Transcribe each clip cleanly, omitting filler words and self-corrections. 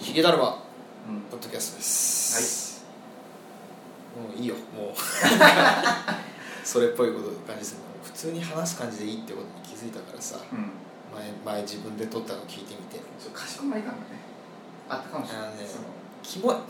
ヒゲだるまポッドキャストです。もういいよ、もうそれっぽいこと感じするの。普通に話す感じでいいってことに気づいたからさ、前自分で撮ったの聞いてみて、 かしこまり感がねあったかもしれない。 キモい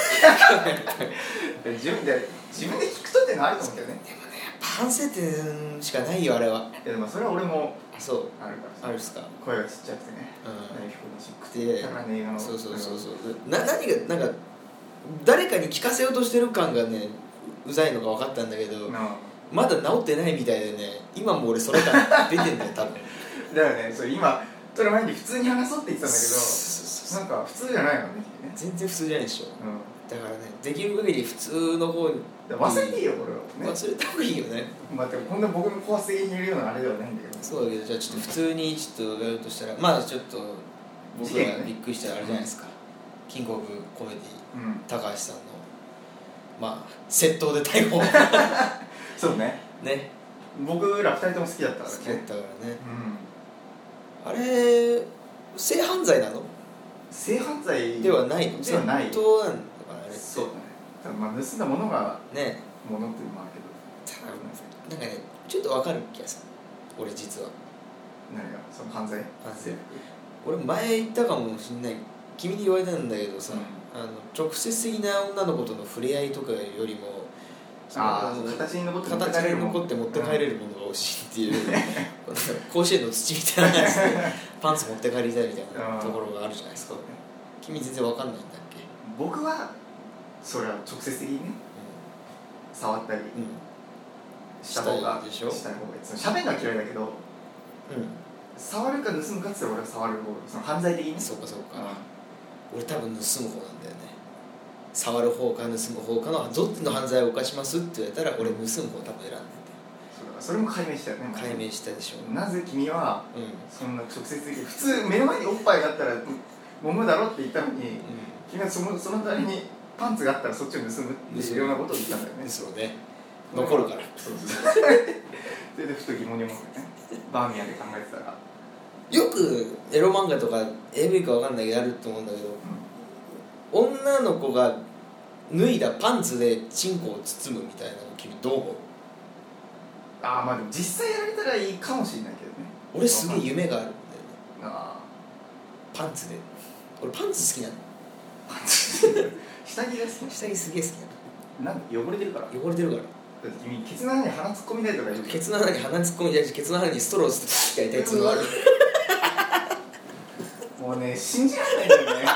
自分で聞くとっていうのはあると思うけどね。 でもね、やっぱ反省点しかないよ、あれは。 いやでもそれは俺もそうあるから。 あるっすか。 声がちっちゃくてね、 うん、 低くちっくて、だからね、映画のそう何がなんか誰かに聞かせようとしてる感がね、うざいのが分かったんだけど、まだ治ってないみたいでね、今も俺それから出てんだよ多分。 だよね、それ今撮る前に普通に話そうって言ってたんだけど、なんか普通じゃないのね。 全然普通じゃないでしょ。だからね、できる限り普通の方に忘れていいよ、これは、 ね、忘れた方がいいよね。 まあでもこんな僕の怖すぎに言えるようなあれではないんだけど。 そうだけど、じゃあちょっと普通にちょっとやるとしたら、まあちょっと僕がびっくりしたあれじゃないですか、キングオブコメディ、高橋さんのまあ窃盗で逮捕そうね、僕ら2人とも好きだったからね。 好きだったからね、あれ性犯罪なの？ 性犯罪ではないの？ ではない。 窃盗なのかな、あれって。 そうだね。ただまあ盗んだものがね、 ものっていうのもあるけど、 なんかね、ちょっと分かる気がする、俺実は。 何がその犯罪？ 俺前言ったかもしんない、君に言われたんだけどさ、直接的な女の子との触れ合いとかよりも、 形に残って持って帰れるものが欲しいっていう、甲子園の土みたいなやつでパンツ持って帰りたいみたいなところがあるじゃないですか。君全然分かんないんだっけ？ 僕はそれは直接的にね、触ったりした方がいい。喋るのは嫌いだけど、触るか盗むかって言ったら俺は触る方、その犯罪的にね。 そうか俺多分盗む方なんだよね。触る方か盗む方かのどっちの犯罪を犯しますって言われたら俺盗む方多分選んでんだよ。 それも解明したよね。 解明したでしょ。 なぜ君はそんな直接的に、普通目の前におっぱいがあったら揉むだろって言ったのに、君はその隣にパンツがあったらそっちを盗むっていうようなことを言ったんだよね。 そうね、残るから。 それでふと疑問に思ってね、バーミヤンで考えてたら、 よくエロ漫画とか AV か分かんないけどあると思うんだけど、女の子が脱いだパンツでチンコを包むみたいなの君どう思う？ まあでも実際やられたらいいかもしれないけどね。 俺すげえ夢があるんだよね。パンツで。俺パンツ好きなの。 パンツ下着が好きなの。 下着すげえ好きなの。 なんで汚れてるから。 汚れてるから。 だって君ケツの穴に鼻突っ込みたいとか言う。 ケツの穴に鼻突っ込みたいし、ケツの穴にストローしてやりたいっていうのがある。 もうね、信じられないんだよね。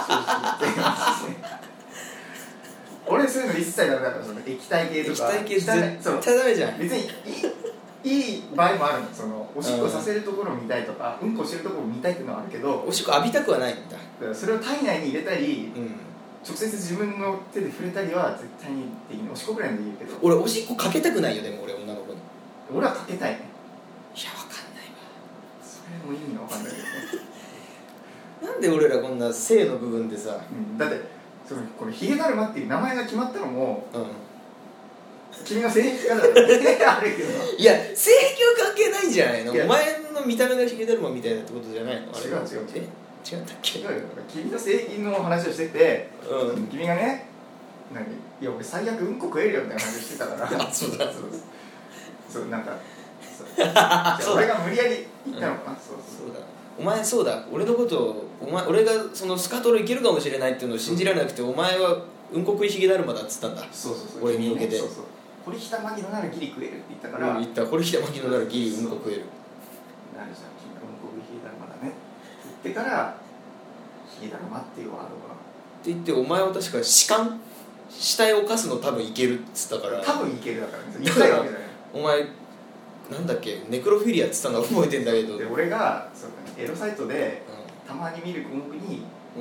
俺そういうの一切ダメだから、その液体系とか。 液体系絶対ダメじゃん。 別にいい場合もあるの。そのおしっこさせるところを見たいとか、うんこしてるところを見たいっていうのはあるけど、 おしっこ浴びたくはないんだ。 だからそれを体内に入れたり、直接自分の手で触れたりは絶対にできない。おしっこぐらいのでいいけど。 俺おしっこかけたくないよ。でも俺女の子に。 俺はかけたいね。 いや、わかんないわ。 それも意味がわかんないけどね。 なんで俺らこんな性の部分でさ、 だってこのヒゲだるまっていう名前が決まったのも、君の性癖からだからあるけど、 いや、性癖は関係ないんじゃないの？お前の見た目がヒゲだるまみたいなってことじゃないの？ 違う違ったっけ？ 君の性癖の話をしてて、君がね、いや俺最悪うんこ食えるよみたいな話をしてたからそうだそうなんか俺が無理やり言ったのかな。 そうだ、お前そうだ、俺のことを俺がそのスカトロいけるかもしれないっていうのを信じられなくて、お前はうんこ食いヒゲだるまだっつったんだ。俺に向けてこれひたまきのならギリ食えるって言ったから、 言った。これひたまきのならギリうんこ食える。 なるじゃん、君がうんこ食いヒゲだるまだねって言ってから、ヒゲだるまっていうワードがって言って、お前は確か死体を犯すの多分いけるっつったから。 多分いけるだからね。言ったいわけじゃない。 お前なんだっけ、ネクロフィリアって言ったの覚えてんだけど、 で俺がエロサイトでたまに見る項目に、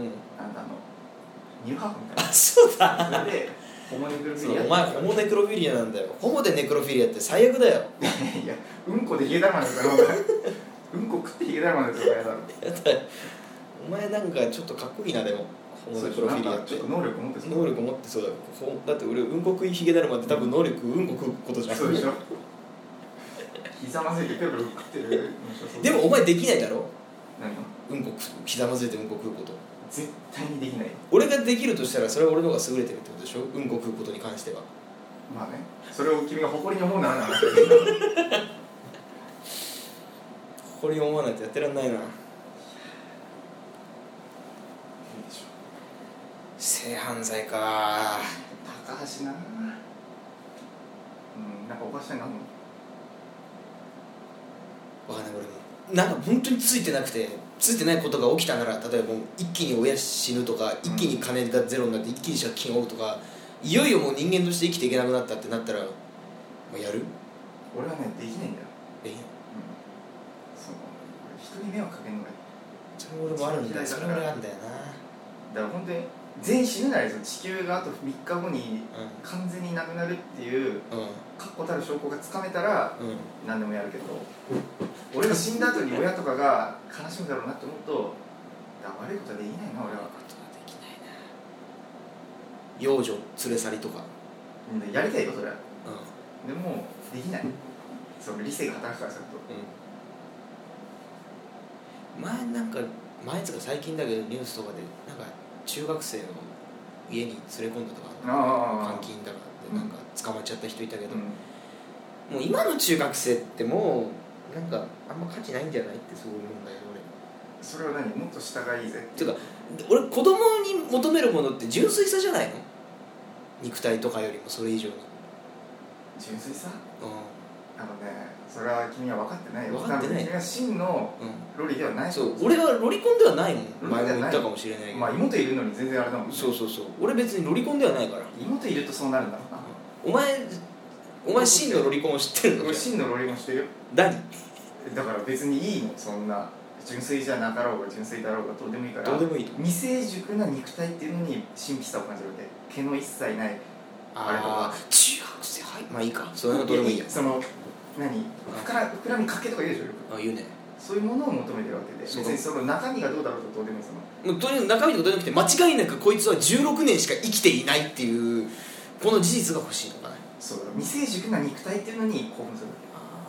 ニューハーフみたいな。 そうだ。 それでホモネクロフィリア。 お前ホモネクロフィリアなんだよ。ホモでネクロフィリアって最悪だよ。 いや、うんこでヒゲだるまだからうんこ食ってヒゲだるまだとかやだろ。 お前なんかちょっとかっこいいな。でもホモネクロフィリアってちょっと能力持ってそうだ。だって俺うんこ食いヒゲだるまって多分能力うんこ食うことじゃん。 そうでしょ。ひざまずいてペロペロ食ってる。 でもお前できないだろ。 何が？ うんこひざまずいてうんこ食うこと。 絶対にできない。 俺ができるとしたらそれは俺の方が優れてるってことでしょ、うんこ食うことに関しては。 まあね、それを君が誇りに思うならなんだけど誇りに思わないとやってらんないな。いいでしょ。 性犯罪か。 高橋な、なんかおかしいな。 わかんない。俺もなんか本当についてなくて、ついてないことが起きたなら、例えばもう一気に親死ぬとか、一気に金がゼロになって一気に借金を負うとか、いよいよもう人間として生きていけなくなったってなったらもうやる？ 俺はね、できないんだよ。 できない。 人に迷惑かけるのがそれ俺もあるんだよ。それ俺あるんだよな。 だから本当に全員死ぬならですよ。地球があと3日後に完全になくなるっていう確固たる証拠がつかめたら何でもやるけど、俺が死んだ後に親とかが悲しむだろうなって思うと、悪いことはできないな。俺はできないな。幼女連れ去りとかやりたいよそれは、でもできない。その理性が働くからすると、前つか最近だけどニュースとかでなんか中学生の家に連れ込んだとか監禁だからってなんか捕まっちゃった人いたけど、もう今の中学生ってもうなんかあんま価値ないんじゃないってすごい思うんだよ俺。 それは何？もっと下がいいぜっていうか、俺子供に求めるものって純粋さじゃないの？肉体とかよりもそれ以上に純粋さ？それは君は分かってないよ。分かってない。君は真のロリではない。 そう、俺はロリコンではないもん。前も言ったかもしれないけど。 まあ妹いるのに全然あれだもんね。 そう俺別にロリコンではないから。 妹いるとそうなるんだろうな。 お前真のロリコンを知ってるの？ 俺真のロリコン知ってるよ。 何？ だから別にいいの、そんな純粋じゃなかろうが純粋だろうがどうでもいいから。 どうでもいい。 未成熟な肉体っていうのに神秘さを感じるわけ。毛の一切ないあれとか。 中学生、はい、まあいいか。そういうのどうでもいいや。 その膨らみかけとか言うでしょ。 言うね。 そういうものを求めてるわけで、別にその中身がどうだろうとどうでもいい。 もうとにかく中身とかどうでもなくて、間違いなくこいつは16年しか生きていないっていうこの事実が欲しいのかな。 そうだ、未成熟な肉体っていうのに興奮するわ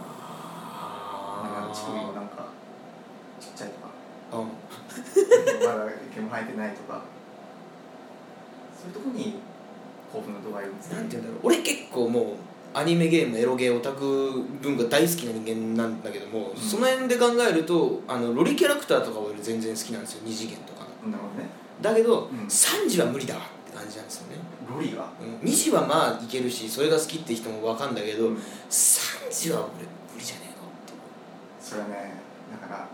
け。乳首もなんかちっちゃいとか、まだ毛も生えてないとか、そういうとこに興奮の度合いを見つける。 なんていうんだろう、俺結構もうアニメゲームエロゲーオタク文化大好きな人間なんだけども、その辺で考えるとロリキャラクターとか俺全然好きなんですよ。二次元とかの。 なるほどね。 だけど、3次は無理だわって感じなんですよね。 ロリが、 2次はまあいけるし、それが好きって人も分かんだけど、3次は俺無理じゃねえのって。 それはね、だから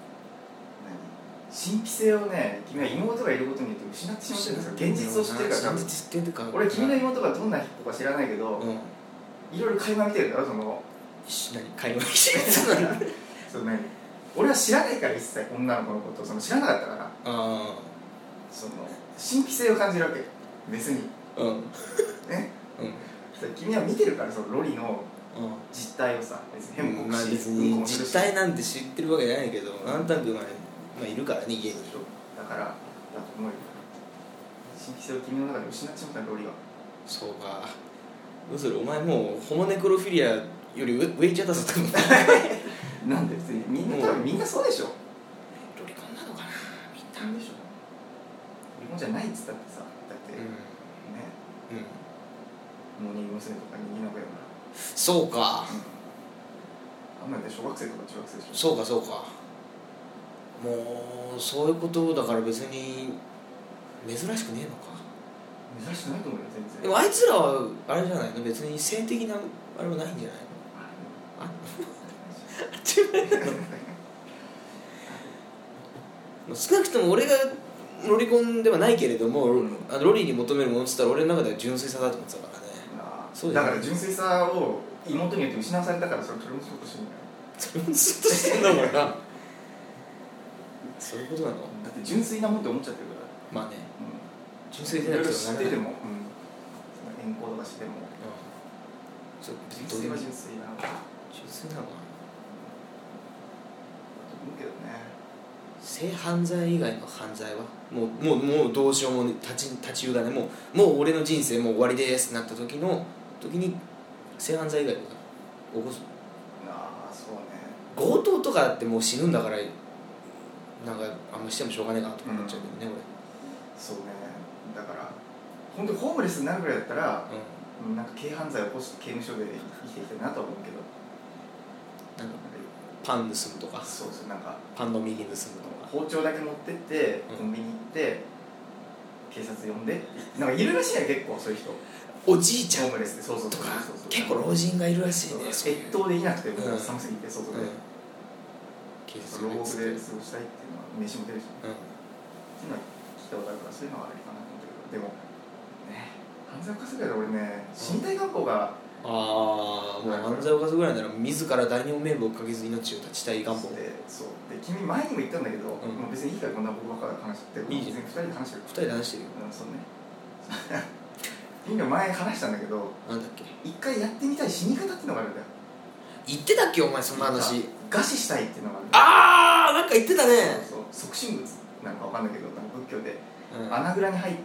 神秘性をね、君は妹がいることによって失ってしまってるんですよ。現実を知ってるから。 現実知ってるから。 俺君の妹がどんな人か知らないけど、いろいろ垣間見てるだろ。その垣間見てるそう何、俺は知らないから一切女の子のことを知らなかったから、その神秘性を感じるわけ別に。ね、君は見てるから、そのロリの実態をさ、別に変も別に実態なんて知ってるわけじゃないけど、なんとなくまあいるからね、家に。 だからだと思うよ。神秘性を君の中で失っちまったロリは。 そうか。どうする？お前もうホモネクロフィリアより上行っちゃったぞって思なんで？別にみんなそうでしょ。 ロリコンなのかな、みんなでしょ。ロリコンじゃないっつったってさ、だってね、モーニング娘。とか人気の子やから。 そうか、 あんなんで小学生とか中学生でしょ。 そうか。もうそういうことだから別に珍しくねえのか。 珍しくないと思うよ、全然。 でもあいつらはあれじゃないの、別に性的なあれはないんじゃないの？少なくとも俺がロリコンではないけれども、ロリに求めるものって言ったら俺の中では純粋さだと思ってたからね。 そうだから純粋さを妹によって失わされたから、それ取り戻そうとしてるんだよ。 取り戻そうとしてんだもんな。そういうことなの？ だって純粋なもんって思っちゃってるから。 まあね、純粋でなくても知ってても、変更とかしても、純粋は純粋なのか。 純粋なのかな。 思うけどね。 性犯罪以外の犯罪はもうどうしようも立ち行かない。もう俺の人生もう終わりですってなった時に性犯罪以外とか起こす。 そうね。 強盗とかってもう死ぬんだからなんかあんましてもしょうがねえかなとか思っちゃうけどね、 そうね。だから本当にホームレスになるぐらいだったら、なんか軽犯罪を起こして刑務所で生きていきたいなとは思うけど、 なんかパン盗むとか、 そうそう、なんかパンの右盗むとか、 包丁だけ持ってってコンビニ行って警察呼んでなんかいるらしいね、結構そういう人。 おじいちゃんホームレスで、そうそうそう、 結構老人がいるらしいね。 越冬できなくてもう寒すぎて外で、牢獄で過ごしたいっていうのは飯も出るし、っていうのは聞いたことあるから、そういうのはあれかなと思ったけど、でもね、犯罪を犯すぐらいで俺ね、身体願望がもう犯罪を犯すぐらいなら自ら誰にも迷惑をかけず命を絶ちたい願望で、そうで、君前にも言ったんだけど、もう別にいいからこんな僕ばっかり話してる、 いいじゃん、 2人で話してる、 2人で話してるよ、 そうね君が前話したんだけど、 なんだっけ、 一回やってみたい死に方っていうのがあるんだよ。 言ってたっけお前そんな話。 餓死したいっていうのがあるんだよ。 なんか言ってたね。 そう即身仏なんかわかんないけど、なんか仏教で、穴蔵に入って、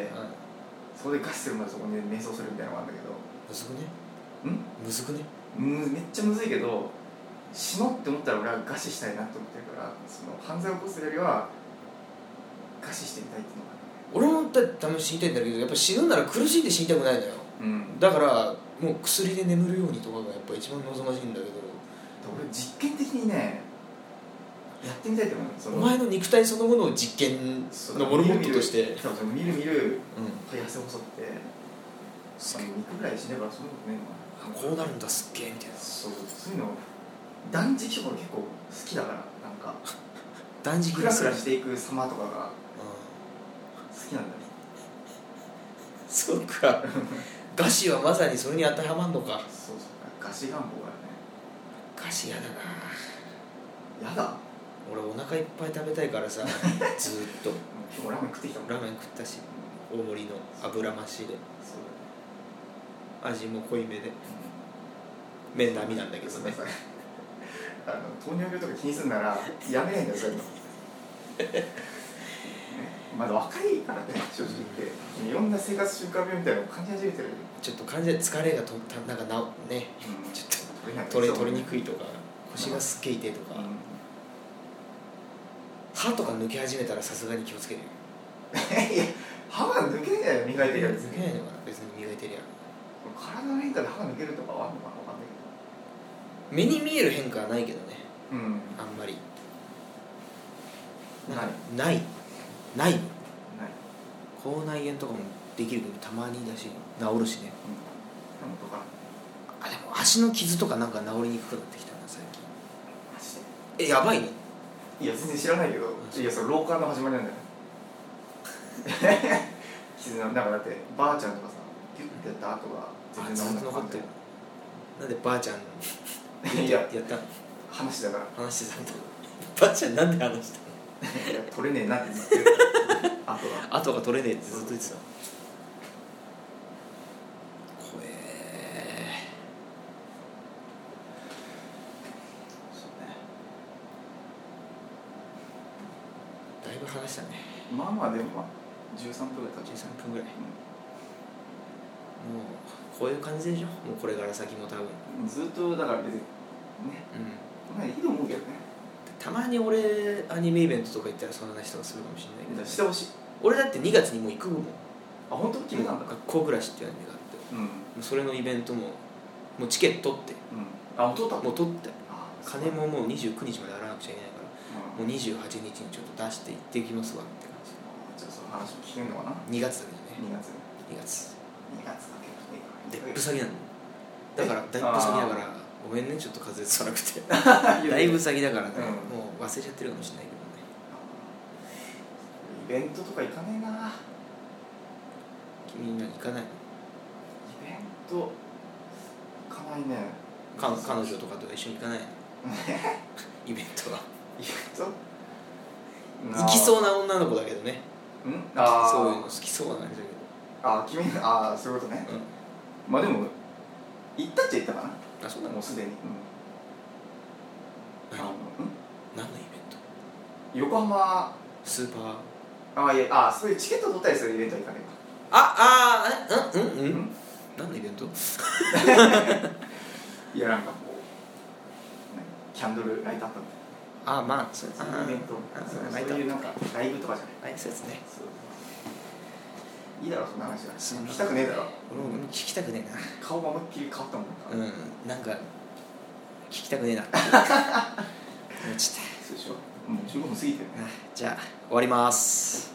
そこで餓死するまでそこに瞑想するみたいなのがあるんだけど、 むずくねむずくねめっちゃむずいけど、死のうって思ったら俺は餓死したいなって思ってるから、その犯罪を起こすよりは餓死してみたいっていうのがある。 俺もため死にたいんだけど、やっぱ死ぬなら苦しんで死にたくないのよ、だからもう薬で眠るようにとかがやっぱ一番望ましいんだけど、 俺実験的にねやってみたいと思う。 お前の肉体そのものを実験のモルモットとしてみる痩せ細って肉ぐらい死ねばそのことねえのかな、 こうなるんだすっげえみたいな、 そういうの断食とか結構好きだから、なんか断食クラクラしていく様とかが好きなんだね。 そうか餓死はまさにそれに当てはまんのか。 そう餓死願望があるね。 餓死やだな。 やだ。 俺お腹いっぱい食べたいからさずーっと今日ラーメン食ってきたもん。 ラーメン食ったし、大盛りの油増しで、味も濃いめで、麺並みなんだけどね。 糖尿病とか気にするならやめないんだよそういうのまだ若いからね、正直言っていろんな生活習慣病みたいなのを感じ始めてる。 ちょっと疲れがなんかね、ちょっと取りにくいとか、腰がすっげえ痛いとか、歯とか抜け始めたらさすがに気をつけるよいや、歯は抜けないよ、磨いてるやつ。 抜けないのかな、別に磨いてるやん。 体の変化で歯が抜けるとかはあるのかな、分かんないけど目に見える変化はないけどね、あんまりない口内炎とかもできるけどたまにだし治るしね、でも足の傷とかなんか治りにくくなってきたな最近。 マジでやばいね。 いや全然知らないけど、いやそれ老化の始まりなんだよ傷の、なんかだってばあちゃんとかさギュッてやった跡が全然治らなかったよ。 なんでばあちゃんやったの？ 話だから話してたんだ。ばあちゃんなんで話したの？ いや取れねえなってずっと言って跡が取れねえってずっと言ってた。怖え。 そうね。 だいぶ話したね。 まあまあでもまあ13分ぐらい経つ。 13分ぐらい、もうこういう感じでしょ、もうこれから先も多分ずっとだから別にね、まあいいと思うけどね。 たまに俺アニメイベントとか行ったらそんな話とかするかもしれないけど、 してほしい。 俺だって2月にもう行くもん。 本当決めたんだ。 学校暮らしっていうアニメがあって、それのイベントもうチケット取って、 もう取った？ もう取って、金ももう29日まで払わなくちゃいけないから、もう28日にちょっと出して行ってきますわって感じ。 じゃあその話も聞けるのかな。 2月だけどね。2月だけどね。でっぷ先なのだから、だいぶ先だからごめんね、ちょっと風邪つかなくてだいぶ先だからね、もう忘れちゃってるかもしれないけどね。イベントとか行かねえな。 君には行かないの？ イベント行かないね。 彼女とかと一緒に行かないの？イベントは行きそうな女の子だけどね。そういうの好きそうな感じだけど。 君そういうことね。まあでも行ったっちゃ行ったかな。 そうなの？ もうすでに。 何のイベント？ 横浜スーパー。そういうチケット取ったりするイベントは行かねえか。 何のイベント？ いやなんかこうキャンドルライトあったんあまあそういうイベントそういうなんかライブとかじゃないそうですねいいだろそんな話は聞きたくねえだろ俺も聞きたくねえな顔が思いっきり変わったもんなんか聞きたくねえなって思っちゃったそうでしょもう15分過ぎてるねじゃあ終わります